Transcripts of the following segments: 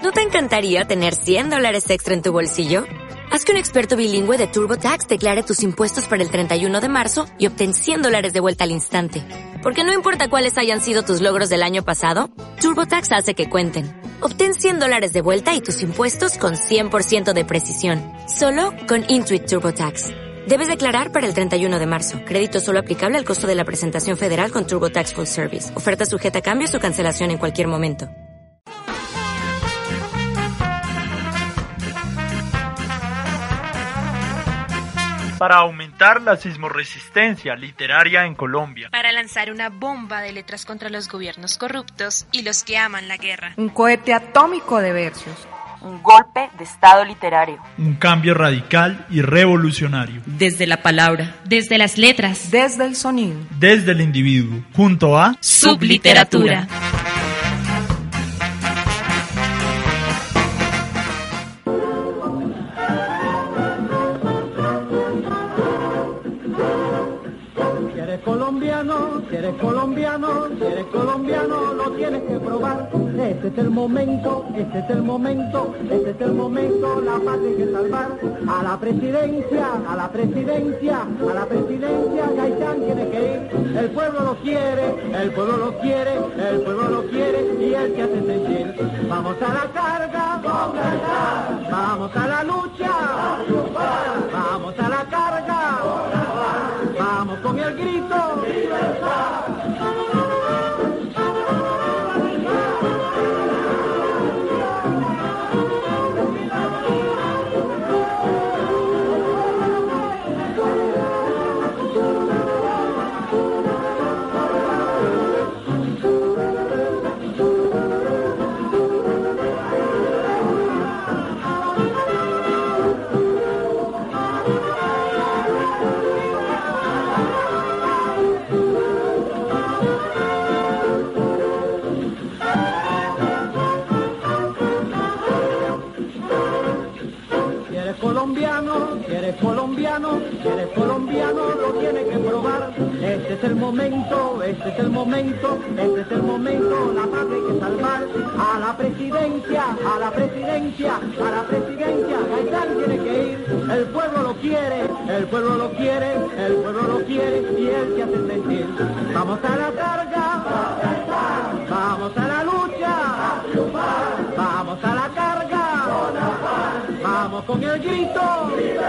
¿No te encantaría tener $100 extra en tu bolsillo? Haz que un experto bilingüe de TurboTax declare tus impuestos para el 31 de marzo y obtén $100 de vuelta al instante. Porque no importa cuáles hayan sido tus logros del año pasado, TurboTax hace que cuenten. Obtén $100 de vuelta y tus impuestos con 100% de precisión. Solo con Intuit TurboTax. Debes declarar para el 31 de marzo. Crédito solo aplicable al costo de la presentación federal con TurboTax Full Service. Oferta sujeta a cambios o cancelación en cualquier momento. Para aumentar la sismorresistencia literaria en Colombia. Para lanzar una bomba de letras contra los gobiernos corruptos y los que aman la guerra. Un cohete atómico de versos. Un golpe de estado literario. Un cambio radical y revolucionario. Desde la palabra. Desde las letras. Desde el sonido. Desde el individuo. Junto a Subliteratura. Si eres colombiano, lo tienes que probar. Este es el momento, la patria hay que salvar. A la presidencia, Gaitán tiene que ir. El pueblo lo quiere, y él se hace sentir. Vamos a la carga, vamos a la lucha, vamos a la carga, vamos con el grito. Si eres colombiano, lo tienes que probar. Este es el momento, la patria hay que salvar. A la presidencia, Gaitán tiene que ir. El pueblo lo quiere, y él se hace sentir. Vamos a la carga, vamos a la lucha, vamos a la carga, vamos con el grito.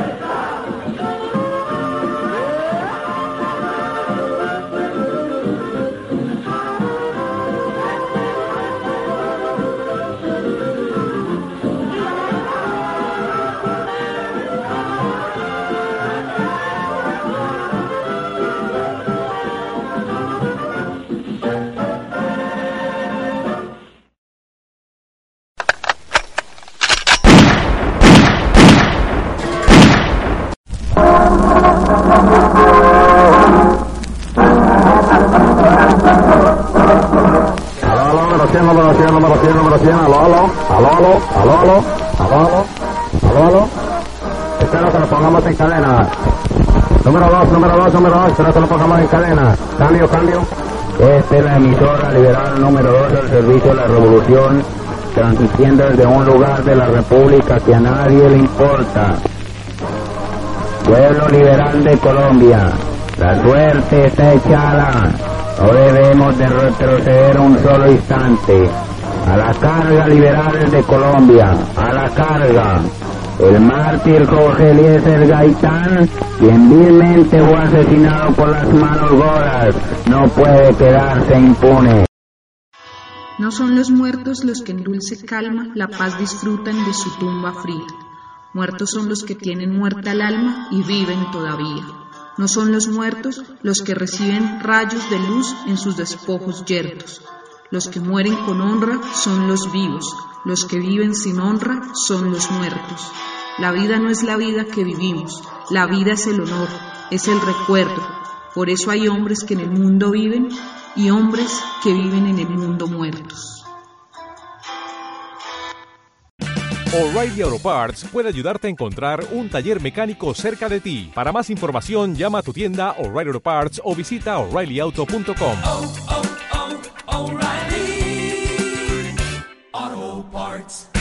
Aló. Espero que lo pongamos en cadena. Número 2, espero que lo pongamos en cadena. Cambio. Esta es la emisora liberal número 2 del servicio de la revolución, transmitiendo desde un lugar de la república que a nadie le importa. Pueblo liberal de Colombia, la suerte está echada. No debemos de retroceder un solo instante. A la carga, liberales de Colombia, a la carga. El mártir Jorge Eliezer Gaitán, quien vilmente fue asesinado por las manos goras, no puede quedarse impune. No son los muertos los que en dulce calma la paz disfrutan de su tumba fría. Muertos son los que tienen muerta el alma y viven todavía. No son los muertos los que reciben rayos de luz en sus despojos yertos. Los que mueren con honra son los vivos, los que viven sin honra son los muertos. La vida no es la vida que vivimos, la vida es el honor, es el recuerdo. Por eso hay hombres que en el mundo viven y hombres que viven en el mundo muertos. O'Reilly Auto Parts puede ayudarte a encontrar un taller mecánico cerca de ti. Para más información, llama a tu tienda O'Reilly Auto Parts o visita O'ReillyAuto.com. O'Reilly Auto Parts.